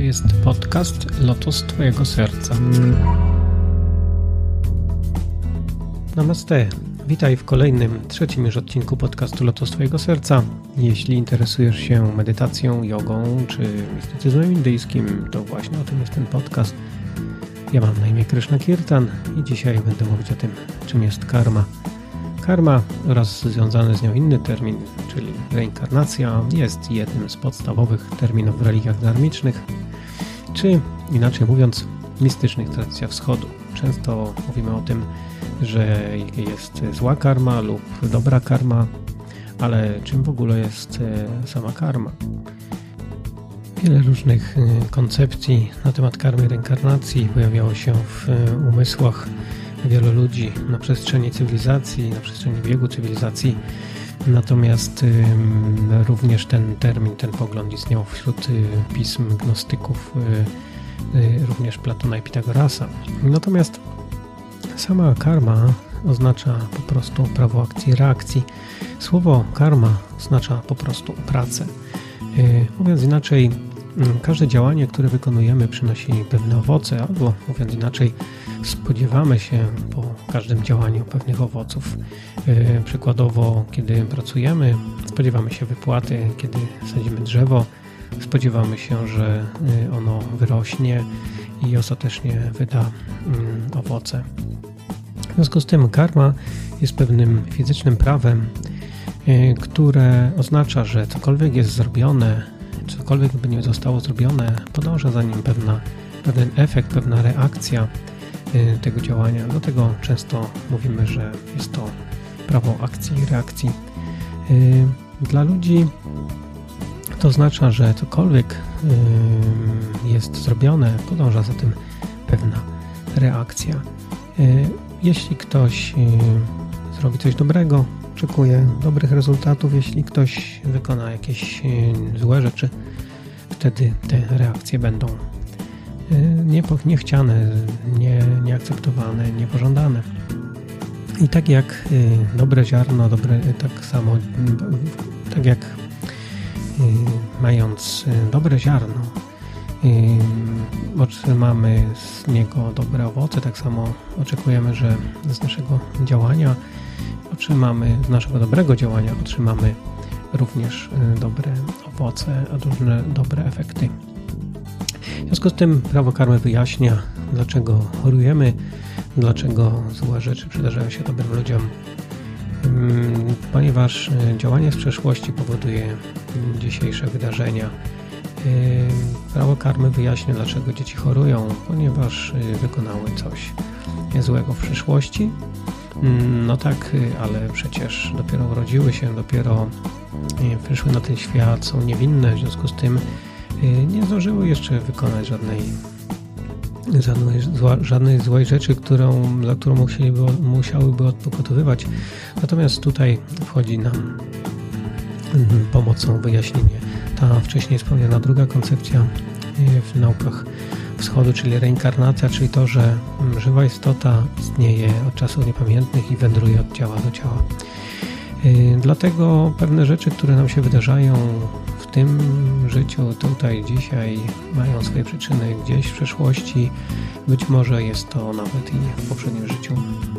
jest podcast Lotos Twojego Serca. Namaste. Witaj w kolejnym, trzecim już odcinku podcastu Lotos Twojego Serca. Jeśli interesujesz się medytacją, jogą czy mistycyzmem indyjskim, to właśnie o tym jest ten podcast. Ja mam na imię Krishna Kirtan i dzisiaj będę mówić o tym, czym jest karma. Karma oraz związany z nią inny termin, czyli reinkarnacja, jest jednym z podstawowych terminów w religiach dharmicznych, czy inaczej mówiąc, mistycznych tradycjach wschodu. Często mówimy o tym, że jest zła karma lub dobra karma, ale czym w ogóle jest sama karma? Wiele różnych koncepcji na temat karmy i reinkarnacji pojawiało się w umysłach wielu ludzi na przestrzeni cywilizacji, na przestrzeni biegu cywilizacji. Natomiast również ten termin, ten pogląd istniał wśród pism gnostyków, również Platona i Pitagorasa. Natomiast sama karma oznacza po prostu prawo akcji i reakcji. Słowo karma oznacza po prostu pracę. Mówiąc inaczej, każde działanie, które wykonujemy, przynosi pewne owoce, albo mówiąc inaczej, spodziewamy się po każdym działaniu pewnych owoców. Przykładowo, kiedy pracujemy, spodziewamy się wypłaty, kiedy sadzimy drzewo, spodziewamy się, że ono wyrośnie i ostatecznie wyda owoce. W związku z tym karma jest pewnym fizycznym prawem, które oznacza, że cokolwiek jest zrobione, cokolwiek by nie zostało zrobione, podąża za nim pewien efekt, pewna reakcja tego działania. Dlatego często mówimy, że jest to prawo akcji i reakcji. Dla ludzi to oznacza, że cokolwiek jest zrobione, podąża za tym pewna reakcja. Jeśli ktoś zrobi coś dobrego, oczekuje dobrych rezultatów. Jeśli ktoś wykona jakieś złe rzeczy, wtedy te reakcje będą niechciane, nieakceptowane, niepożądane. I tak jak dobre ziarno, tak jak mając dobre ziarno, otrzymamy z niego dobre owoce, tak samo oczekujemy, że z naszego działania z naszego dobrego działania otrzymamy również dobre owoce, a różne dobre efekty. W związku z tym prawo karmy wyjaśnia, dlaczego chorujemy, dlaczego złe rzeczy przydarzają się dobrym ludziom, ponieważ działanie z przeszłości powoduje dzisiejsze wydarzenia. Prawo karmy wyjaśnia, dlaczego dzieci chorują, ponieważ wykonały coś złego w przeszłości. No tak, ale przecież dopiero urodziły się, dopiero przyszły na ten świat, są niewinne, w związku z tym nie zdążyły jeszcze wykonać żadnej złej rzeczy, za którą musiałyby odpokutowywać. Natomiast tutaj wchodzi nam pomocą wyjaśnienie ta wcześniej wspomniana druga koncepcja w naukach wschodu, czyli reinkarnacja, czyli to, że żywa istota istnieje od czasów niepamiętnych i wędruje od ciała do ciała. Dlatego pewne rzeczy, które nam się wydarzają w tym życiu, tutaj, dzisiaj, mają swoje przyczyny gdzieś w przeszłości. Być może jest to nawet i w poprzednim życiu.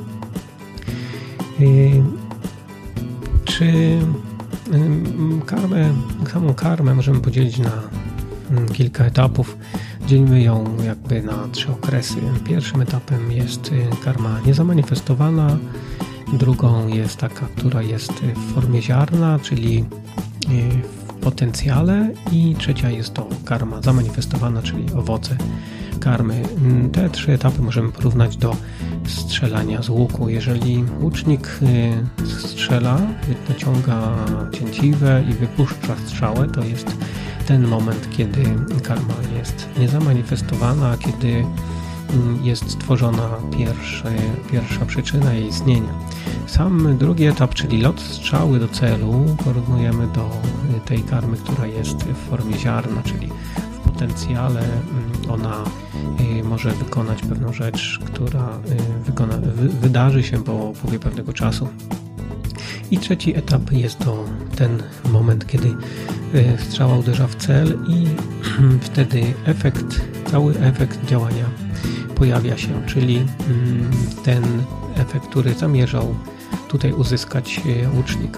Samą karmę możemy podzielić na kilka etapów. Dzielimy ją jakby na 3 okresy. Pierwszym etapem jest karma niezamanifestowana, drugą jest taka, która jest w formie ziarna, czyli w potencjale, i trzecia jest to karma zamanifestowana, czyli owoce karmy. Te 3 etapy możemy porównać do strzelania z łuku. Jeżeli łucznik strzela, naciąga cięciwę i wypuszcza strzałę, to jest ten moment, kiedy karma jest niezamanifestowana, kiedy jest stworzona pierwsza przyczyna jej istnienia. Sam drugi etap, czyli lot strzały do celu, porównujemy do tej karmy, która jest w formie ziarna, czyli w potencjale ona może wykonać pewną rzecz, która wydarzy się po upływie pewnego czasu. I trzeci etap jest to ten moment, kiedy strzała uderza w cel i wtedy cały efekt działania pojawia się, czyli ten efekt, który zamierzał tutaj uzyskać łucznik.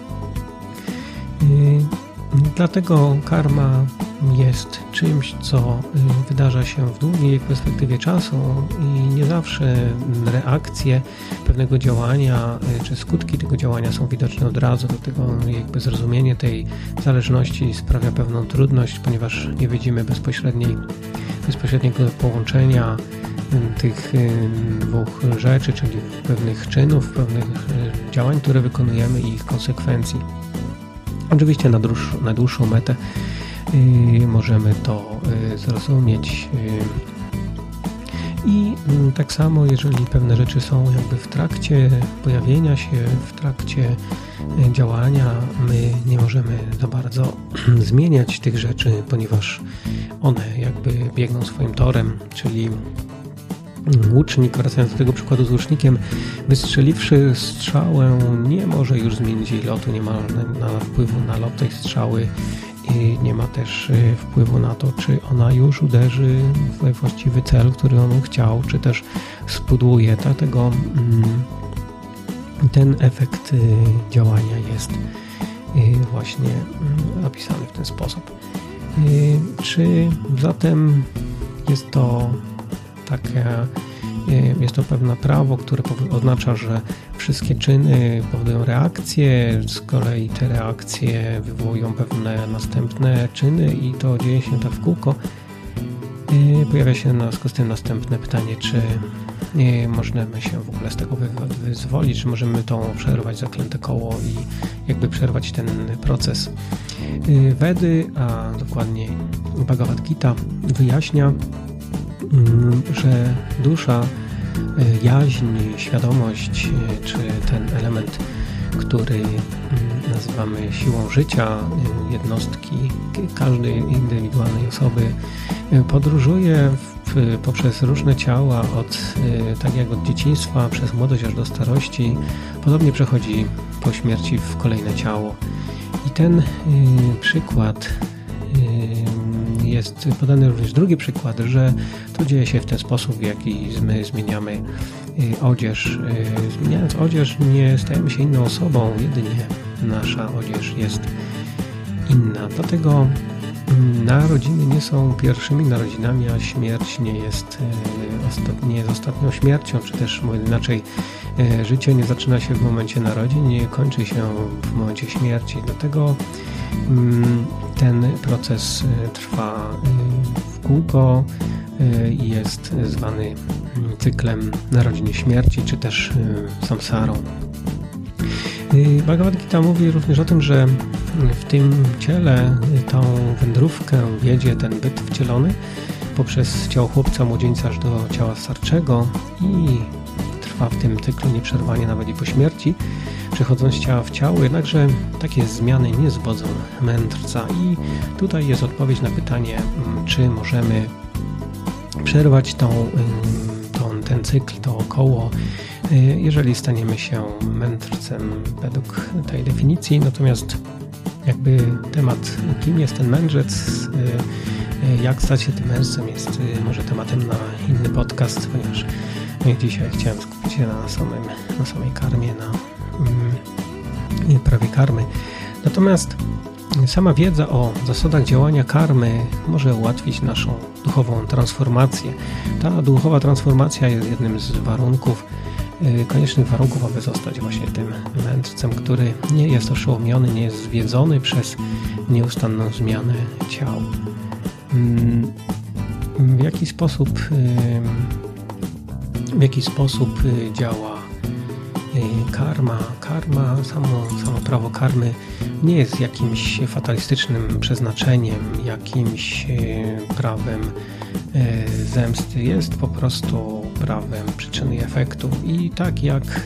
Dlatego karma jest czymś, co wydarza się w długiej perspektywie czasu i nie zawsze reakcje pewnego działania czy skutki tego działania są widoczne od razu. Dlatego jakby zrozumienie tej zależności sprawia pewną trudność, ponieważ nie widzimy bezpośredniego połączenia tych dwóch rzeczy, czyli pewnych czynów, pewnych działań, które wykonujemy i ich konsekwencji. Oczywiście na dłuższą metę możemy to zrozumieć i tak samo, jeżeli pewne rzeczy są jakby w trakcie pojawienia się, w trakcie działania, my nie możemy za bardzo zmieniać tych rzeczy, ponieważ one jakby biegną swoim torem, czyli łucznik, wracając do tego przykładu z łucznikiem, wystrzeliwszy strzałę, nie może już zmienić jej lotu, nie ma wpływu na lot tej strzały i nie ma też wpływu na to, czy ona już uderzy we właściwy cel, który on chciał, czy też spudłuje. Dlatego ten efekt działania jest właśnie opisany w ten sposób. Czy zatem jest to pewne prawo, które oznacza, że wszystkie czyny powodują reakcje, z kolei te reakcje wywołują pewne następne czyny i to dzieje się tak w kółko. Pojawia się z tym następne pytanie, czy możemy się w ogóle z tego wyzwolić, czy możemy to przerwać zaklęte koło i jakby przerwać ten proces. Vedy, a dokładnie Bhagavad Gita wyjaśnia, że dusza, jaźń, świadomość, czy ten element, który nazywamy siłą życia jednostki, każdej indywidualnej osoby, podróżuje poprzez różne ciała, tak jak od dzieciństwa, przez młodość aż do starości, podobnie przechodzi po śmierci w kolejne ciało. I ten przykład jest podany również drugi przykład, że to dzieje się w ten sposób, w jaki my zmieniamy odzież. Zmieniając odzież, nie stajemy się inną osobą, jedynie nasza odzież jest inna. Dlatego narodziny nie są pierwszymi narodzinami, a śmierć nie jest ostatnią śmiercią, czy też mówiąc inaczej, życie nie zaczyna się w momencie narodzin, nie kończy się w momencie śmierci. Dlatego ten proces trwa w kółko i jest zwany cyklem narodzin i śmierci, czy też samsarą. Bhagavad Gita mówi również o tym, że w tym ciele tą wędrówkę wiedzie ten byt wcielony poprzez ciało chłopca, młodzieńca aż do ciała starczego i trwa w tym cyklu nieprzerwanie nawet i po śmierci, przechodząc z ciała w ciało, jednakże takie zmiany nie zwodzą mędrca. I tutaj jest odpowiedź na pytanie, czy możemy przerwać ten cykl, to koło, jeżeli staniemy się mędrcem według tej definicji. Natomiast jakby temat, kim jest ten mędrzec, jak stać się tym mędrcem, jest może tematem na inny podcast, ponieważ dzisiaj chciałem skupić się na samej karmie, na prawie karmy. Natomiast sama wiedza o zasadach działania karmy może ułatwić naszą duchową transformację. Ta duchowa transformacja jest jednym z warunków, koniecznych warunków, aby zostać właśnie tym mędrcem, który nie jest oszołomiony, nie jest zwiedzony przez nieustanną zmianę ciał. W jaki sposób działa karma? Samo prawo karmy nie jest jakimś fatalistycznym przeznaczeniem, jakimś prawem zemsty. Jest po prostu prawem przyczyny i efektu. I tak jak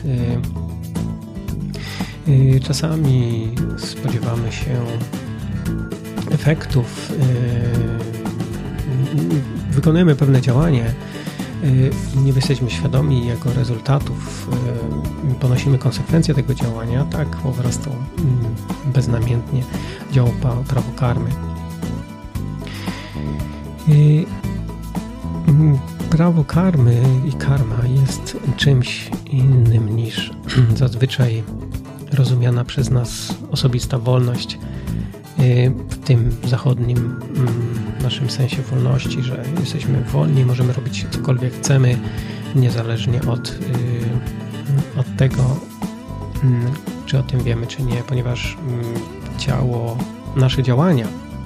czasami spodziewamy się efektów, wykonujemy pewne działanie i nie jesteśmy świadomi jego rezultatów, ponosimy konsekwencje tego działania, tak po prostu beznamiętnie działa prawo karmy. Prawo karmy i karma jest czymś innym niż zazwyczaj rozumiana przez nas osobista wolność w tym zachodnim naszym sensie wolności, że jesteśmy wolni, możemy robić cokolwiek chcemy, niezależnie od tego, czy o tym wiemy, czy nie, ponieważ nasze działania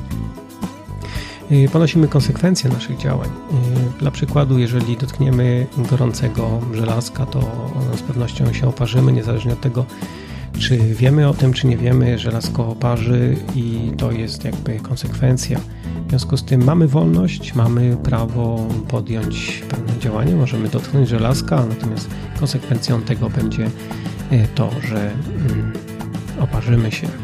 ponosimy konsekwencje naszych działań. Dla przykładu, jeżeli dotkniemy gorącego żelazka, to z pewnością się oparzymy, niezależnie od tego, czy wiemy o tym, czy nie wiemy, żelazko oparzy i to jest jakby konsekwencja. W związku z tym mamy wolność, mamy prawo podjąć pewne działanie, możemy dotknąć żelazka, natomiast konsekwencją tego będzie to, że oparzymy się.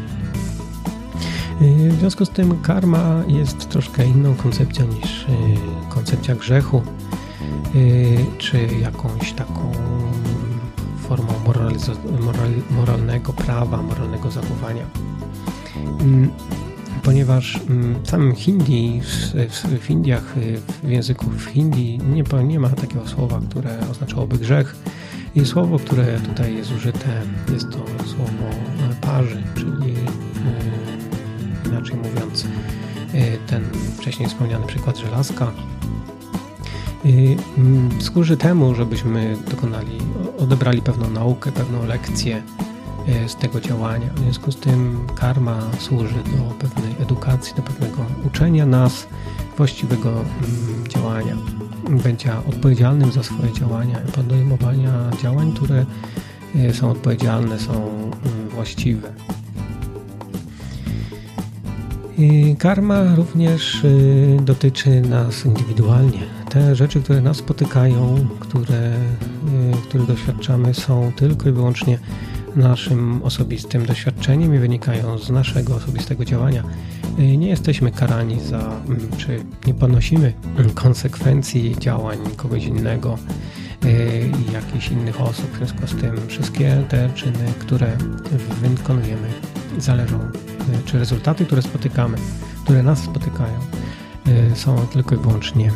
W związku z tym karma jest troszkę inną koncepcją niż koncepcja grzechu, czy jakąś taką formą moralnego prawa, moralnego zachowania. Ponieważ w samym hindi, w Indiach, w języku w hindi nie ma takiego słowa, które oznaczałoby grzech. I słowo, które tutaj jest użyte, jest to słowo parzy, czyli inaczej mówiąc, ten wcześniej wspomniany przykład żelazka służy temu, żebyśmy odebrali pewną naukę, pewną lekcję z tego działania. W związku z tym karma służy do pewnej edukacji, do pewnego uczenia nas właściwego działania. Będzie odpowiedzialnym za swoje działania, podejmowania działań, które są odpowiedzialne, są właściwe. Karma również dotyczy nas indywidualnie. Te rzeczy, które nas spotykają, których doświadczamy, są tylko i wyłącznie naszym osobistym doświadczeniem i wynikają z naszego osobistego działania. Nie jesteśmy karani czy nie ponosimy konsekwencji działań kogoś innego i jakichś innych osób. W związku z tym wszystkie te czyny, które wykonujemy, zależą, czy rezultaty, które spotykamy, które nas spotykają, są tylko i wyłącznie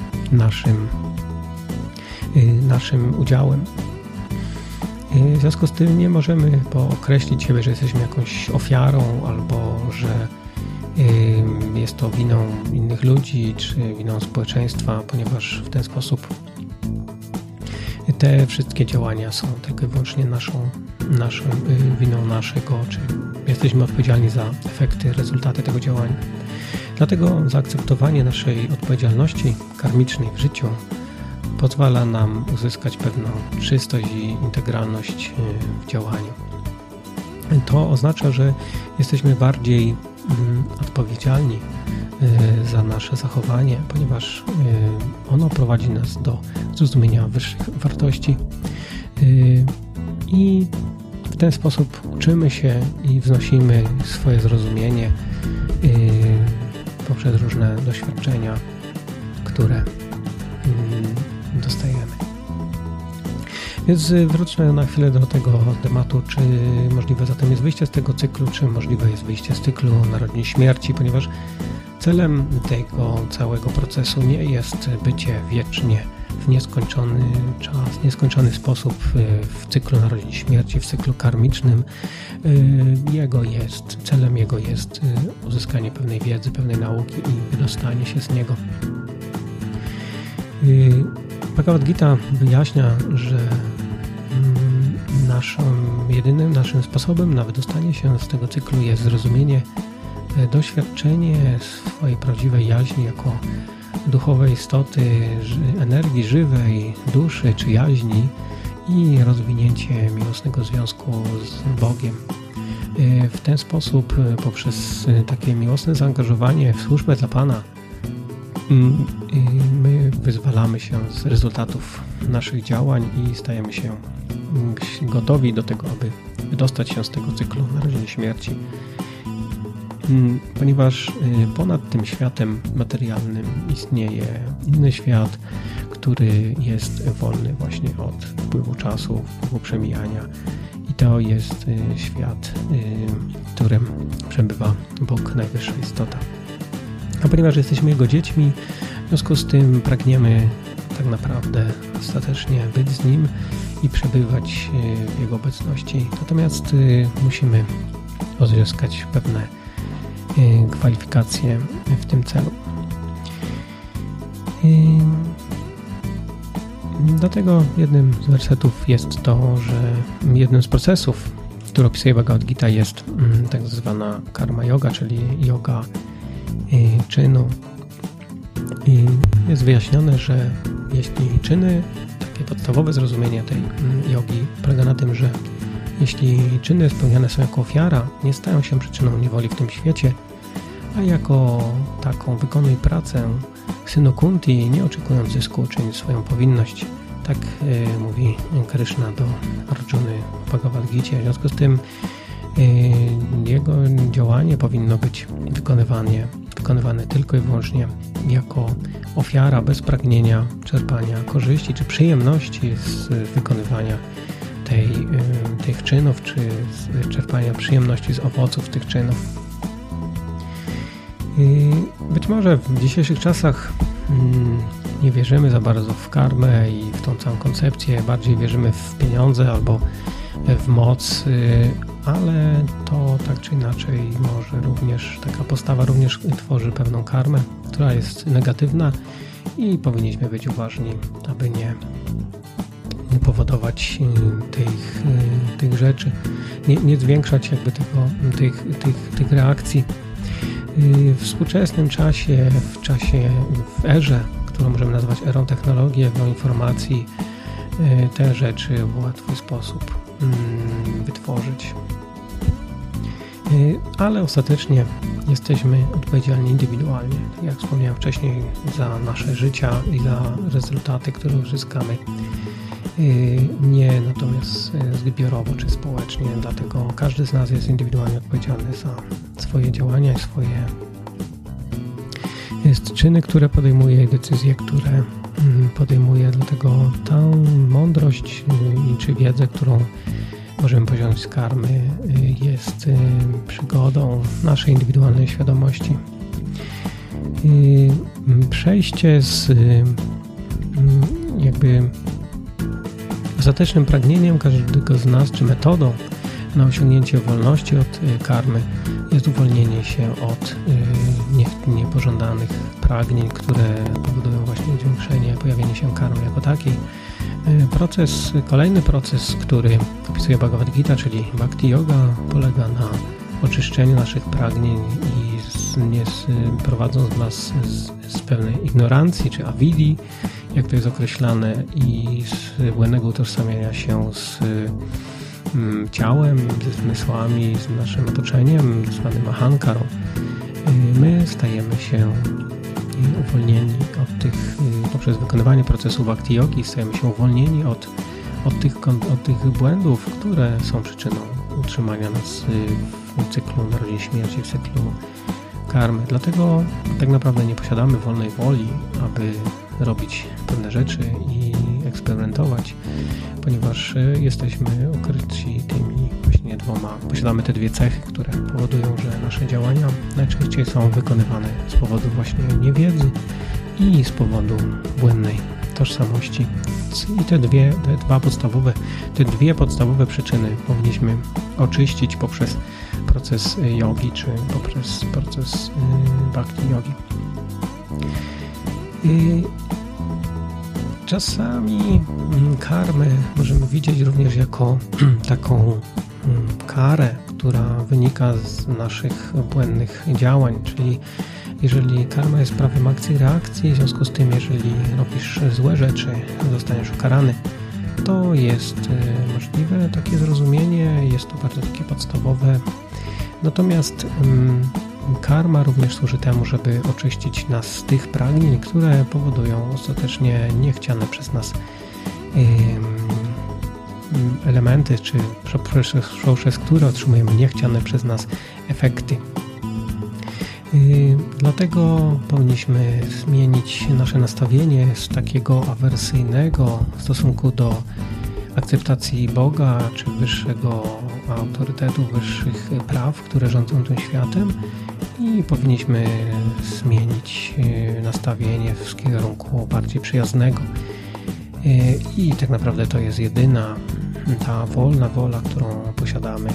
naszym udziałem. W związku z tym nie możemy określić siebie, że jesteśmy jakąś ofiarą albo że jest to winą innych ludzi czy winą społeczeństwa, ponieważ w ten sposób te wszystkie działania są tylko i wyłącznie winą naszego, czy jesteśmy odpowiedzialni za efekty, rezultaty tego działania. Dlatego zaakceptowanie naszej odpowiedzialności karmicznej w życiu pozwala nam uzyskać pewną czystość i integralność w działaniu. To oznacza, że jesteśmy bardziej odpowiedzialni za nasze zachowanie, ponieważ ono prowadzi nas do zrozumienia wyższych wartości i w ten sposób uczymy się i wznosimy swoje zrozumienie poprzez różne doświadczenia, które dostajemy. Więc wróćmy na chwilę do tego tematu, czy możliwe zatem jest wyjście z tego cyklu, czy możliwe jest wyjście z cyklu narodzin śmierci, ponieważ celem tego całego procesu nie jest bycie wiecznie w nieskończony czas, nieskończony sposób w cyklu narodzin śmierci, w cyklu karmicznym. Celem jego jest uzyskanie pewnej wiedzy, pewnej nauki i wydostanie się z niego. Bhagavad Gita wyjaśnia, że jedynym naszym sposobem na wydostanie się z tego cyklu jest zrozumienie, doświadczenie swojej prawdziwej jaźni jako duchowej istoty, energii żywej, duszy czy jaźni i rozwinięcie miłosnego związku z Bogiem. W ten sposób, poprzez takie miłosne zaangażowanie w służbę dla Pana, my wyzwalamy się z rezultatów naszych działań i stajemy się gotowi do tego, aby wydostać się z tego cyklu narodzin śmierci. Ponieważ ponad tym światem materialnym istnieje inny świat, który jest wolny właśnie od wpływu czasu, wpływu przemijania. I to jest świat, w którym przebywa Bóg, najwyższa istota. A ponieważ jesteśmy Jego dziećmi, w związku z tym pragniemy tak naprawdę ostatecznie być z Nim i przebywać w Jego obecności. Natomiast musimy uzyskać pewne kwalifikacje w tym celu. Dlatego jednym z wersetów jest to, że jednym z procesów, który opisuje Bhagavad Gita, jest tak zwana karma yoga, czyli yoga czynu. I jest wyjaśnione, że jeśli czyny, takie podstawowe zrozumienie tej jogi polega na tym, że jeśli czyny spełniane są jako ofiara, nie stają się przyczyną niewoli w tym świecie, a jako taką wykonuj pracę synu Kunti, nie oczekując zysku, czyni swoją powinność. Tak mówi Kryszna do Arjuny w Bhagavad Gicie. W związku z tym jego działanie powinno być wykonywane tylko i wyłącznie jako ofiara, bez pragnienia czerpania korzyści czy przyjemności z wykonywania tych czynów, czy z czerpania przyjemności z owoców tych czynów. Być może w dzisiejszych czasach nie wierzymy za bardzo w karmę i w tą całą koncepcję, bardziej wierzymy w pieniądze albo w moc, ale to tak czy inaczej może również, taka postawa również tworzy pewną karmę, która jest negatywna i powinniśmy być uważni, aby nie powodować tych rzeczy, nie zwiększać jakby tych reakcji. W współczesnym czasie, w erze, którą możemy nazwać erą technologii, erą informacji, te rzeczy w łatwy sposób wytworzyć. Ale ostatecznie jesteśmy odpowiedzialni indywidualnie, tak jak wspomniałem wcześniej, za nasze życia i za rezultaty, które uzyskamy, nie natomiast zbiorowo czy społecznie, dlatego każdy z nas jest indywidualnie odpowiedzialny za swoje działania i swoje czyny, które podejmuje, i decyzje, które podejmuje. Dlatego tą mądrość czy wiedzę, którą możemy poziomać z karmy, jest przygodą naszej indywidualnej świadomości. Przejście z jakby ostatecznym pragnieniem każdego z nas, czy metodą na osiągnięcie wolności od karmy, jest uwolnienie się od niepożądanych pragnień, które powodują właśnie zwiększenie, pojawienie się karmy jako takiej. Kolejny proces, który opisuje Bhagavad Gita, czyli Bhakti Yoga, polega na oczyszczeniu naszych pragnień i nie prowadząc nas z pewnej ignorancji czy avidi, jak to jest określane, i z błędnego utożsamiania się z ciałem, ze zmysłami, z naszym otoczeniem, zwanym ahankarą. My stajemy się uwolnieni od tych, poprzez wykonywanie procesu bhakti yogi, stajemy się uwolnieni od tych błędów, które są przyczyną utrzymania nas w cyklu narodzin śmierci, w cyklu karmy. Dlatego tak naprawdę nie posiadamy wolnej woli, aby robić pewne rzeczy i eksperymentować, ponieważ jesteśmy ukryci tymi właśnie posiadamy te dwie cechy, które powodują, że nasze działania najczęściej są wykonywane z powodu właśnie niewiedzy i z powodu błędnej tożsamości. I te dwie podstawowe przyczyny powinniśmy oczyścić poprzez proces jogi, czy poprzez proces bhakti jogi. Czasami karmę możemy widzieć również jako taką karę, która wynika z naszych błędnych działań, czyli jeżeli karma jest prawem akcji i reakcji, w związku z tym, jeżeli robisz złe rzeczy, zostaniesz ukarany, to jest możliwe takie zrozumienie, jest to bardzo takie podstawowe. Natomiast karma również służy temu, żeby oczyścić nas z tych pragnień, które powodują ostatecznie niechciane przez nas elementy, czy przez które otrzymujemy niechciane przez nas efekty. Dlatego powinniśmy zmienić nasze nastawienie z takiego awersyjnego w stosunku do akceptacji Boga, czy wyższego autorytetu, wyższych praw, które rządzą tym światem, i powinniśmy zmienić nastawienie w kierunku bardziej przyjaznego. I tak naprawdę to jest jedyna ta wolna wola, którą posiadamy,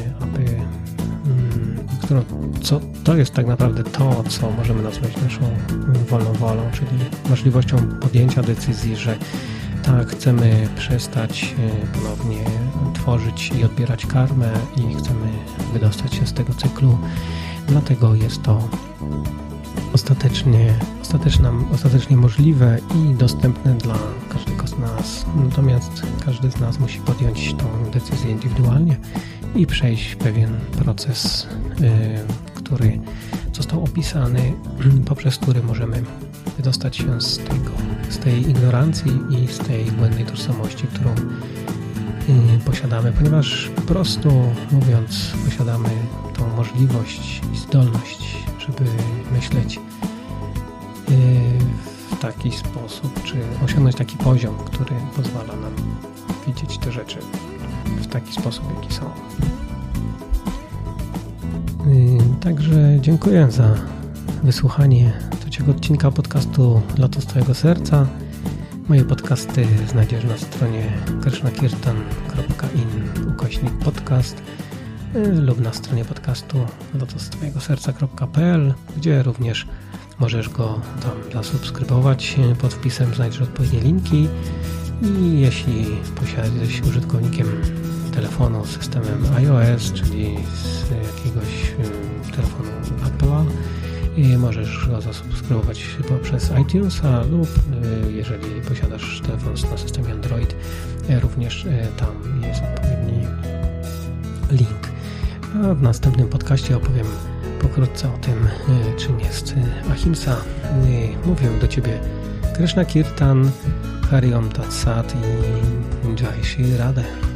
to jest tak naprawdę to, co możemy nazwać naszą wolną wolą, czyli możliwością podjęcia decyzji, że tak, chcemy przestać ponownie tworzyć i odbierać karmę i chcemy wydostać się z tego cyklu. Dlatego jest to ostatecznie możliwe i dostępne dla każdego z nas. Natomiast każdy z nas musi podjąć tą decyzję indywidualnie i przejść pewien proces, który został opisany, poprzez który możemy wydostać się z tej ignorancji i z tej błędnej tożsamości, którą posiadamy, ponieważ po prostu mówiąc, posiadamy tą możliwość i zdolność, żeby myśleć w taki sposób, czy osiągnąć taki poziom, który pozwala nam widzieć te rzeczy w taki sposób, jaki są. Także dziękuję za wysłuchanie trzeciego odcinka podcastu Lato z Twojego Serca. Moje podcasty znajdziesz na stronie krishnakirtan.in/podcast lub na stronie podcastu latostwojegoserca.pl, gdzie również możesz go tam zasubskrybować. Pod wpisem znajdziesz odpowiednie linki i jeśli jesteś użytkownikiem telefonu z systemem iOS, czyli z jakiegoś telefonu Apple'a, możesz go zasubskrybować poprzez iTunesa lub jeżeli posiadasz telefon na systemie Android, również tam jest odpowiedni link. A w następnym podcaście opowiem pokrótce o tym, czym jest Ahimsa. Mówię do Ciebie Krishna Kirtan, Hari Om Tat Sat i Jai Shri Radhe.